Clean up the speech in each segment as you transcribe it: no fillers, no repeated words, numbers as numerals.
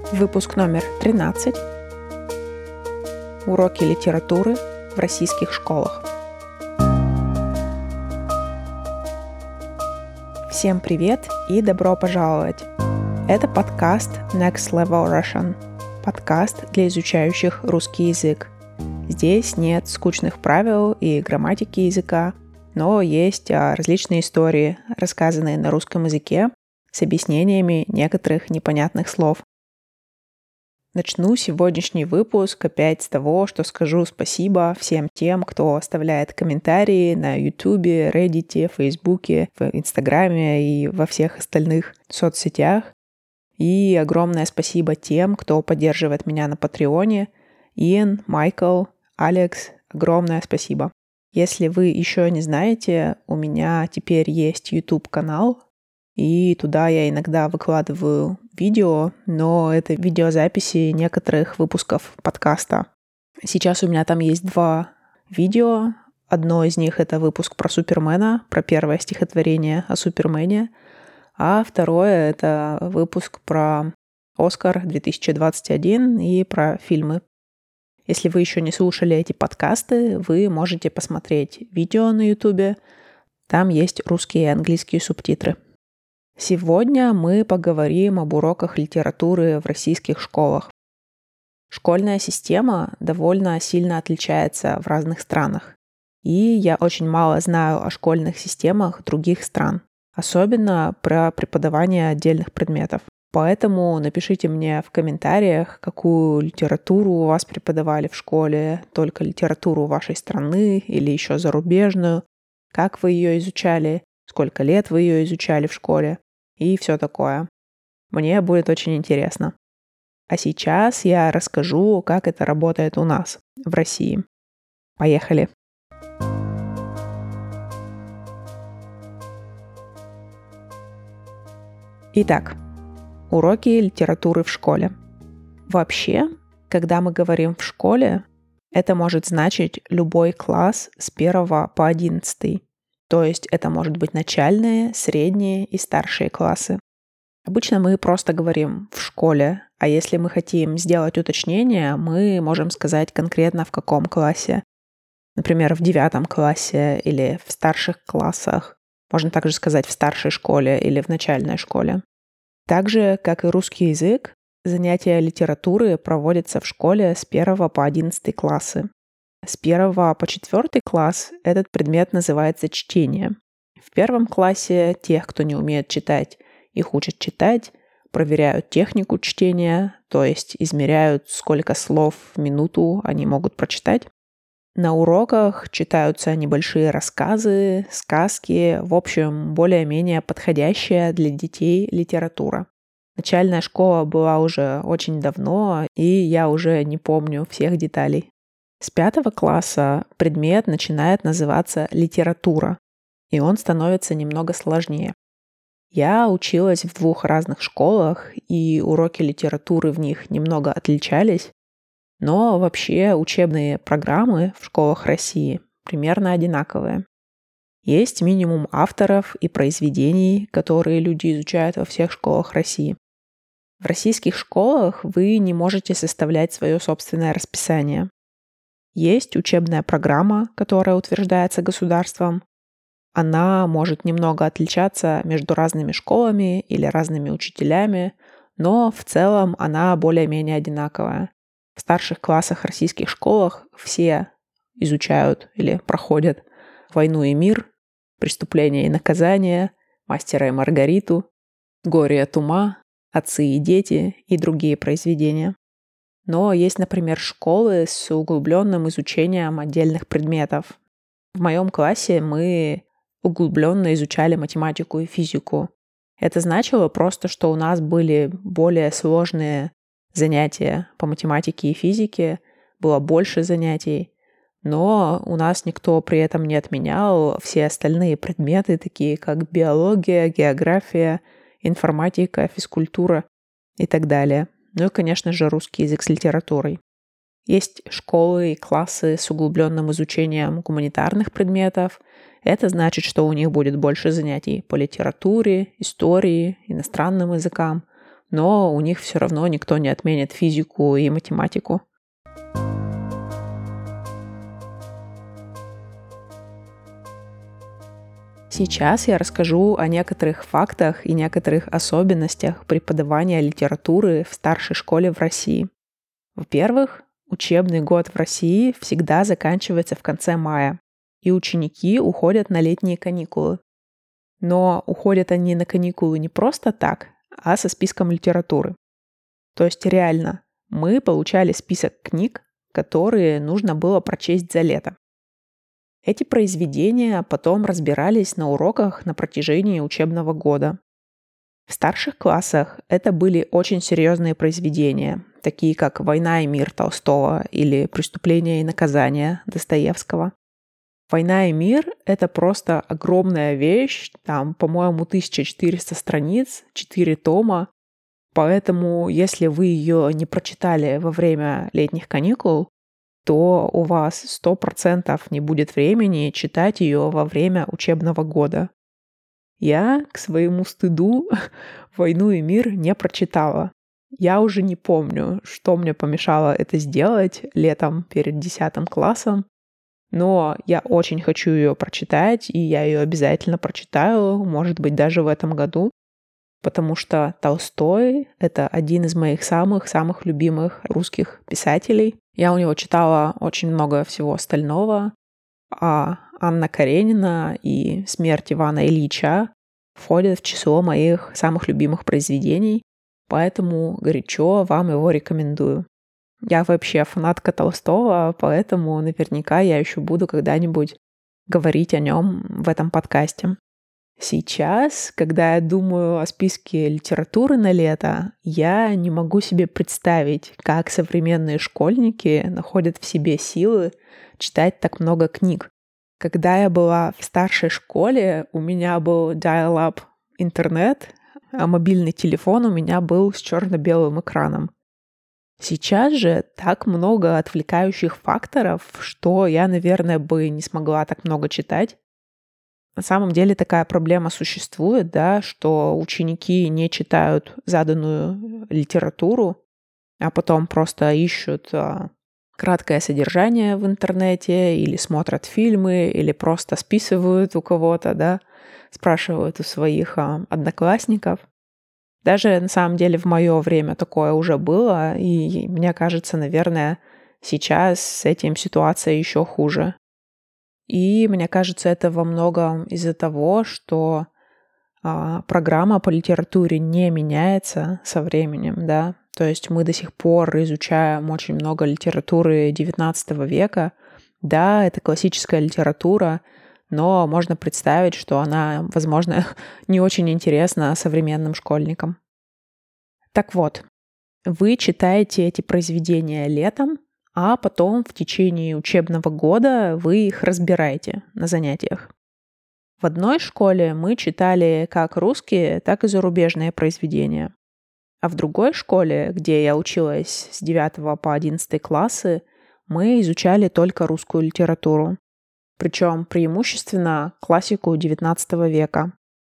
Выпуск номер 13. Уроки литературы в российских школах. Всем привет и добро пожаловать! Это подкаст Next Level Russian, подкаст для изучающих русский язык. Здесь нет скучных правил и грамматики языка, но есть различные истории, рассказанные на русском языке, с объяснениями некоторых непонятных слов. Начну сегодняшний выпуск опять с того, что скажу спасибо всем тем, кто оставляет комментарии на YouTube, Reddit, Facebook, в Инстаграме и во всех остальных соцсетях. И огромное спасибо тем, кто поддерживает меня на Патреоне. Иэн, Майкл, Алекс, огромное спасибо. Если вы еще не знаете, у меня теперь есть YouTube-канал, и туда я иногда выкладываю видео, но это видеозаписи некоторых выпусков подкаста. Сейчас у меня там есть 2 видео. Одно из них — это выпуск про Супермена, про первое стихотворение о Супермене, а второе — это выпуск про Оскар 2021 и про фильмы. Если вы еще не слушали эти подкасты, вы можете посмотреть видео на YouTube. Там есть русские и английские субтитры. Сегодня мы поговорим об уроках литературы в российских школах. Школьная система довольно сильно отличается в разных странах. И я очень мало знаю о школьных системах других стран, особенно про преподавание отдельных предметов. Поэтому напишите мне в комментариях, какую литературу у вас преподавали в школе, только литературу вашей страны или еще зарубежную, как вы ее изучали, сколько лет вы ее изучали в школе и все такое. Мне будет очень интересно. А сейчас я расскажу, как это работает у нас, в России. Поехали! Итак, уроки литературы в школе. Вообще, когда мы говорим «в школе», это может значить любой класс с 1 по 11. То есть это может быть начальные, средние и старшие классы. Обычно мы просто говорим «в школе», а если мы хотим сделать уточнение, мы можем сказать конкретно в каком классе. Например, в 9 классе или в старших классах. Можно также сказать в старшей школе или в начальной школе. Так же, как и русский язык, занятия литературы проводятся в школе с 1 по 11 классы. С 1 по 4 класс этот предмет называется чтение. В 1 классе тех, кто не умеет читать, их учат читать, проверяют технику чтения, то есть измеряют, сколько слов в минуту они могут прочитать. На уроках читаются небольшие рассказы, сказки, в общем, более-менее подходящая для детей литература. Начальная школа была уже очень давно, и я уже не помню всех деталей. С 5 класса предмет начинает называться литература, и он становится немного сложнее. Я училась в 2 разных школах, и уроки литературы в них немного отличались, но вообще учебные программы в школах России примерно одинаковые. Есть минимум авторов и произведений, которые люди изучают во всех школах России. В российских школах вы не можете составлять свое собственное расписание. Есть учебная программа, которая утверждается государством. Она может немного отличаться между разными школами или разными учителями, но в целом она более-менее одинаковая. В старших классах российских школах все изучают или проходят «Войну и мир», «Преступление и наказание», «Мастера и Маргариту», «Горе от ума», «Отцы и дети» и другие произведения. Но есть, например, школы с углубленным изучением отдельных предметов. В моем классе мы углубленно изучали математику и физику. Это значило просто, что у нас были более сложные занятия по математике и физике, было больше занятий, но у нас никто при этом не отменял все остальные предметы, такие как биология, география, информатика, физкультура и так далее. Ну и, конечно же, русский язык с литературой. Есть школы и классы с углубленным изучением гуманитарных предметов. Это значит, что у них будет больше занятий по литературе, истории, иностранным языкам. но у них все равно никто не отменит физику и математику. Сейчас я расскажу о некоторых фактах и некоторых особенностях преподавания литературы в старшей школе в России. Во-первых, учебный год в России всегда заканчивается в конце мая, и ученики уходят на летние каникулы. Но уходят они на каникулы не просто так, а со списком литературы. То есть реально, мы получали список книг, которые нужно было прочесть за лето. Эти произведения потом разбирались на уроках на протяжении учебного года. В старших классах это были очень серьезные произведения, такие как «Война и мир» Толстого или «Преступление и наказание» Достоевского. «Война и мир» — это просто огромная вещь, там, по-моему, 1400 страниц, 4 тома, поэтому если вы ее не прочитали во время летних каникул, то у вас 100% не будет времени читать ее во время учебного года. Я, к своему стыду, «Войну и мир» не прочитала. Я уже не помню, что мне помешало это сделать летом перед 10 классом, но я очень хочу ее прочитать, и я ее обязательно прочитаю, может быть, даже в этом году, потому что Толстой — это один из моих самых-самых любимых русских писателей. Я у него читала очень много всего остального, а Анна Каренина и «Смерть Ивана Ильича» входят в число моих самых любимых произведений, поэтому горячо вам его рекомендую. Я вообще фанатка Толстого, поэтому наверняка я еще буду когда-нибудь говорить о нем в этом подкасте. Сейчас, когда я думаю о списке литературы на лето, я не могу себе представить, как современные школьники находят в себе силы читать так много книг. Когда я была в старшей школе, у меня был dial-up интернет, а мобильный телефон у меня был с черно-белым экраном. Сейчас же так много отвлекающих факторов, что я, наверное, бы не смогла так много читать. На самом деле такая проблема существует, да, что ученики не читают заданную литературу, а потом просто ищут краткое содержание в интернете или смотрят фильмы, или просто списывают у кого-то, да, спрашивают у своих одноклассников. Даже на самом деле в мое время такое уже было, и мне кажется, наверное, сейчас с этим ситуация еще хуже. И мне кажется, это во многом из-за того, что программа по литературе не меняется со временем, да. То есть мы до сих пор изучаем очень много литературы XIX века. Да, это классическая литература, но можно представить, что она, возможно, не очень интересна современным школьникам. Так вот, вы читаете эти произведения летом, а потом в течение учебного года вы их разбираете на занятиях. В одной школе мы читали как русские, так и зарубежные произведения. А в другой школе, где я училась с 9 по 11 классы, мы изучали только русскую литературу. Причем преимущественно классику XIX века.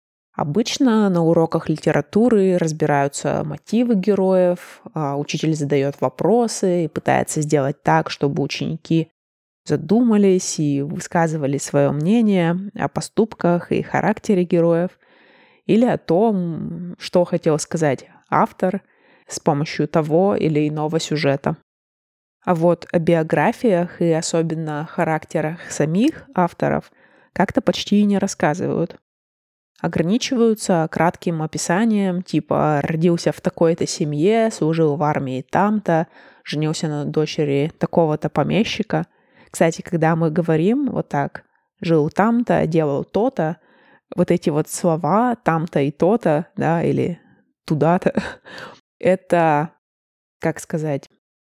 Обычно на уроках литературы разбираются мотивы героев, учитель задает вопросы и пытается сделать так, чтобы ученики задумались и высказывали свое мнение о поступках и характере героев или о том, что хотел сказать автор с помощью того или иного сюжета. А вот о биографиях и особенно характерах самих авторов как-то почти не рассказывают. Ограничиваются кратким описанием, типа «родился в такой-то семье, служил в армии там-то, женился на дочери такого-то помещика». Кстати, когда мы говорим вот так «жил там-то, делал то-то», вот эти вот слова «там-то» и «то-то», да, или «туда-то», это, как сказать,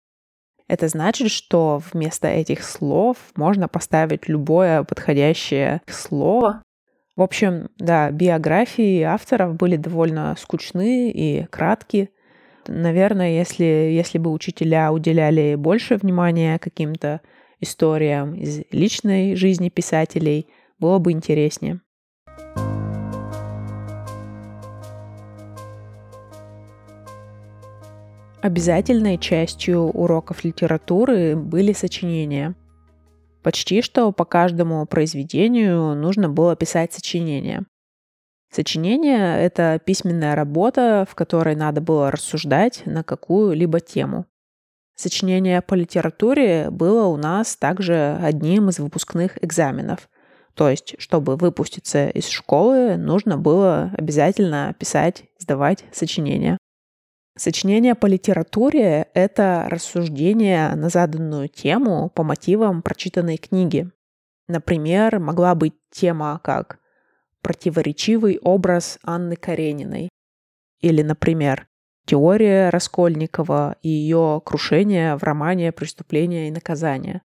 это значит, что вместо этих слов можно поставить любое подходящее слово. В общем, да, биографии авторов были довольно скучны и краткие. Наверное, если бы учителя уделяли больше внимания каким-то историям из личной жизни писателей, было бы интереснее. Обязательной частью уроков литературы были сочинения. Почти что по каждому произведению нужно было писать сочинение. Сочинение — это письменная работа, в которой надо было рассуждать на какую-либо тему. Сочинение по литературе было у нас также одним из выпускных экзаменов. То есть, чтобы выпуститься из школы, нужно было обязательно писать, сдавать сочинение. Сочинение по литературе — это рассуждение на заданную тему по мотивам прочитанной книги. Например, могла быть тема как «Противоречивый образ Анны Карениной» или, например, «Теория Раскольникова и ее крушение в романе «Преступление и наказание».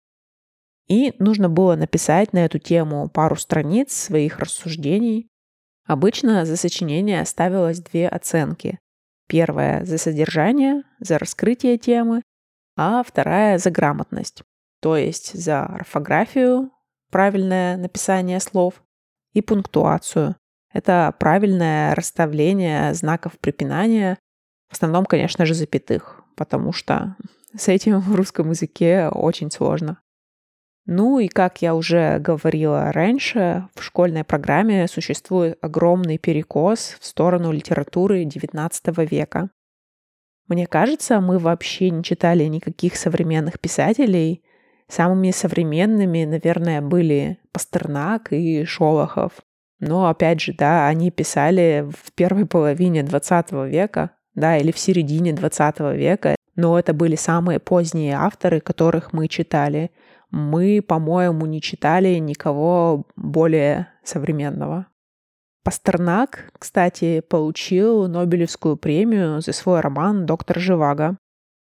И нужно было написать на эту тему пару страниц своих рассуждений. Обычно за сочинение ставилось 2 оценки. Первая за содержание, за раскрытие темы, а вторая за грамотность, то есть за орфографию, правильное написание слов, и пунктуацию. Это правильное расставление знаков препинания, в основном, конечно же, запятых, потому что с этим в русском языке очень сложно. Ну и, как я уже говорила раньше, в школьной программе существует огромный перекос в сторону литературы XIX века. Мне кажется, мы вообще не читали никаких современных писателей. Самыми современными, наверное, были Пастернак и Шолохов. Но, опять же, да, они писали в первой половине XX века, да, или в середине XX века. Но это были самые поздние авторы, которых мы читали. Мы, по-моему, не читали никого более современного. Пастернак, кстати, получил Нобелевскую премию за свой роман «Доктор Живаго».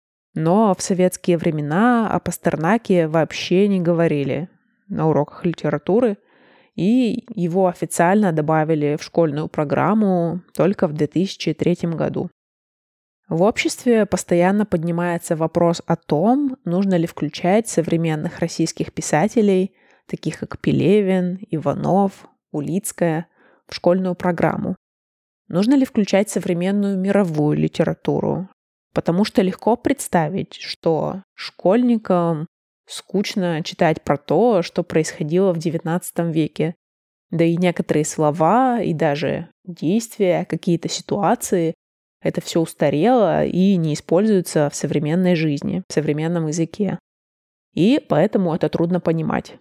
Но в советские времена о Пастернаке вообще не говорили на уроках литературы, и его официально добавили в школьную программу только в 2003 году. В обществе постоянно поднимается вопрос о том, нужно ли включать современных российских писателей, таких как Пелевин, Иванов, Улицкая, в школьную программу. Нужно ли включать современную мировую литературу? Потому что легко представить, что школьникам скучно читать про то, что происходило в XIX веке. Да и некоторые слова, и даже действия, какие-то ситуации, это все устарело и не используется в современной жизни, в современном языке. И поэтому это трудно понимать.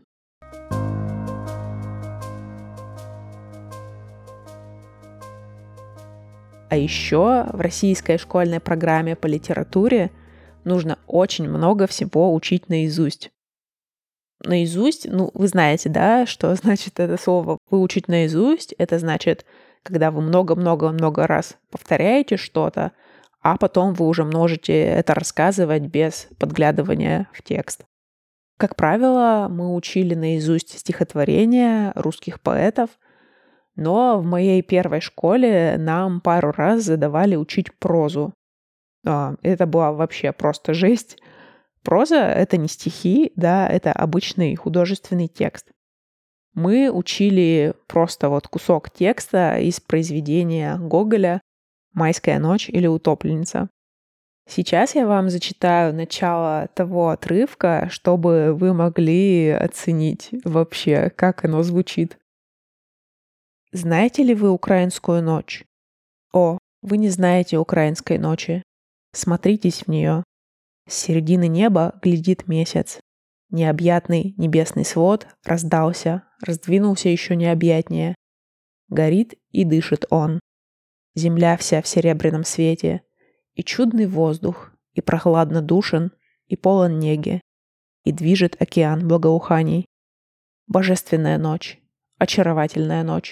А еще в российской школьной программе по литературе нужно очень много всего учить наизусть. Наизусть, вы знаете, да, что значит это слово «выучить наизусть». Это значит, когда вы много-много-много раз повторяете что-то, а потом вы уже можете это рассказывать без подглядывания в текст. Как правило, мы учили наизусть стихотворения русских поэтов, но в моей первой школе нам пару раз задавали учить прозу. Это была вообще просто жесть. Проза — это не стихи, да, это обычный художественный текст. Мы учили просто кусок текста из произведения Гоголя «Майская ночь» или «Утопленница». Сейчас я вам зачитаю начало того отрывка, чтобы вы могли оценить вообще, как оно звучит. Знаете ли вы украинскую ночь? О, вы не знаете украинской ночи. Смотритесь в нее. С середины неба глядит месяц. Необъятный небесный свод раздался, раздвинулся еще необъятнее. Горит и дышит он. Земля вся в серебряном свете, и чудный воздух, и прохладно душен, и полон неги, и движет океан благоуханий. Божественная ночь, очаровательная ночь.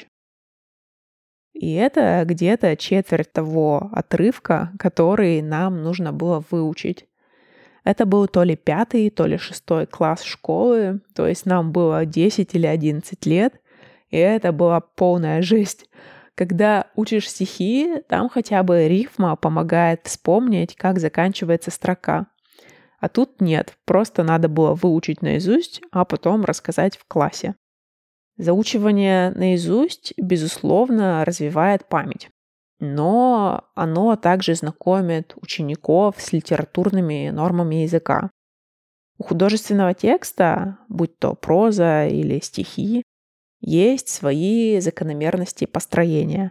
И это где-то четверть того отрывка, который нам нужно было выучить. Это был то ли 5-й, то ли 6-й класс школы, то есть нам было 10 или 11 лет, и это была полная жесть. Когда учишь стихи, там хотя бы рифма помогает вспомнить, как заканчивается строка. А тут нет, просто надо было выучить наизусть, а потом рассказать в классе. Заучивание наизусть, безусловно, развивает память. но оно также знакомит учеников с литературными нормами языка. У художественного текста, будь то проза или стихи, есть свои закономерности построения.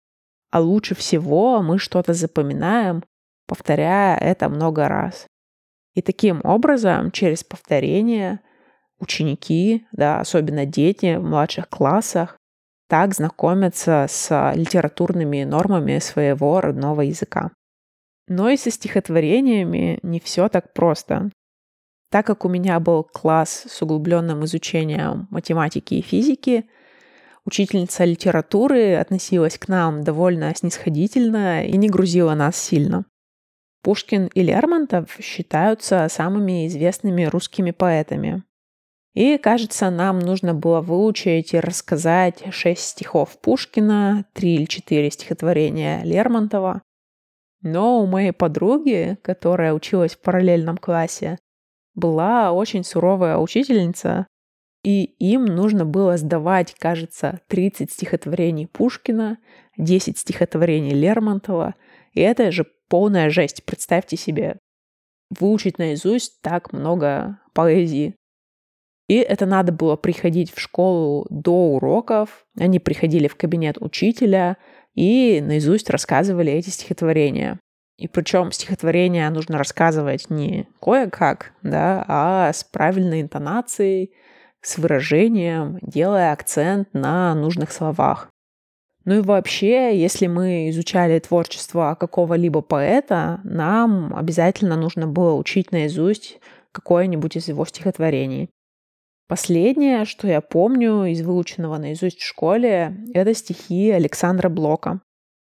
А лучше всего мы что-то запоминаем, повторяя это много раз. И таким образом, через повторение, ученики, особенно дети в младших классах, так знакомятся с литературными нормами своего родного языка. Но и со стихотворениями не все так просто. Так как у меня был класс с углубленным изучением математики и физики, учительница литературы относилась к нам довольно снисходительно и не грузила нас сильно. Пушкин и Лермонтов считаются самыми известными русскими поэтами. И, кажется, нам нужно было выучить и рассказать 6 стихов Пушкина, 3 или 4 стихотворения Лермонтова. Но у моей подруги, которая училась в параллельном классе, была очень суровая учительница, и им нужно было сдавать, кажется, 30 стихотворений Пушкина, 10 стихотворений Лермонтова, и это же полная жесть, представьте себе, выучить наизусть так много поэзии. И это надо было приходить в школу до уроков. Они приходили в кабинет учителя и наизусть рассказывали эти стихотворения. И причем стихотворения нужно рассказывать не кое-как, а с правильной интонацией, с выражением, делая акцент на нужных словах. Ну и вообще, если мы изучали творчество какого-либо поэта, нам обязательно нужно было учить наизусть какое-нибудь из его стихотворений. Последнее, что я помню из выученного наизусть в школе, это стихи Александра Блока.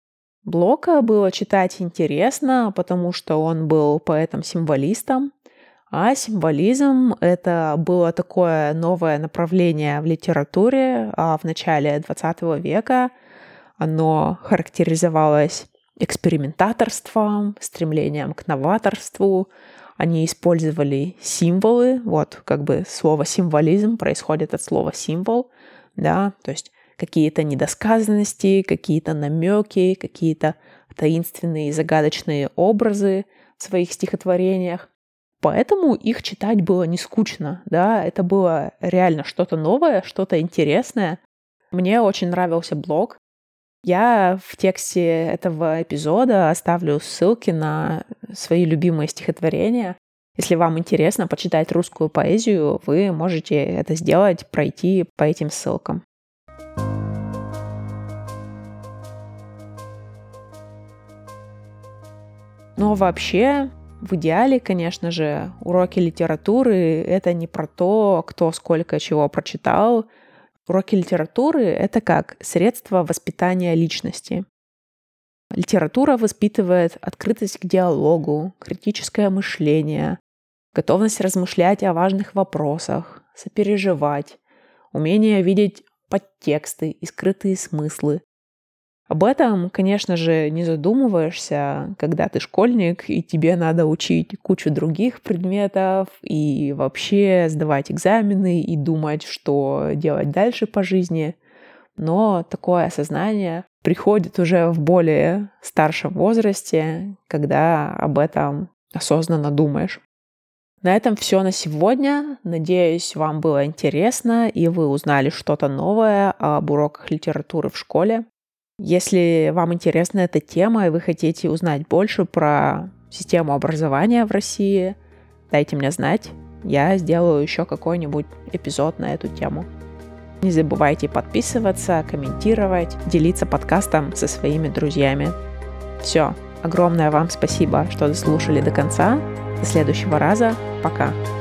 Блока было читать интересно, потому что он был поэтом-символистом, а символизм — это было такое новое направление в литературе в начале XX века. Оно характеризовалось экспериментаторством, стремлением к новаторству. Они использовали символы. Слово «символизм» происходит от слова «символ», то есть какие-то недосказанности, какие-то намеки, какие-то таинственные и загадочные образы в своих стихотворениях. Поэтому их читать было не скучно, это было реально что-то новое, что-то интересное. Мне очень нравился Блок. Я в тексте этого эпизода оставлю ссылки на свои любимые стихотворения. Если вам интересно почитать русскую поэзию, вы можете это сделать, пройти по этим ссылкам. Но вообще, в идеале, конечно же, уроки литературы — это не про то, кто сколько чего прочитал. Уроки литературы — это как средство воспитания личности. Литература воспитывает открытость к диалогу, критическое мышление, готовность размышлять о важных вопросах, сопереживать, умение видеть подтексты и скрытые смыслы. Об этом, конечно же, не задумываешься, когда ты школьник, и тебе надо учить кучу других предметов, и вообще сдавать экзамены, и думать, что делать дальше по жизни. Но такое осознание приходит уже в более старшем возрасте, когда об этом осознанно думаешь. На этом все на сегодня. Надеюсь, вам было интересно, и вы узнали что-то новое об уроках литературы в школе. Если вам интересна эта тема, и вы хотите узнать больше про систему образования в России, дайте мне знать. Я сделаю еще какой-нибудь эпизод на эту тему. Не забывайте подписываться, комментировать, делиться подкастом со своими друзьями. Все. Огромное вам спасибо, что дослушали до конца. До следующего раза. Пока.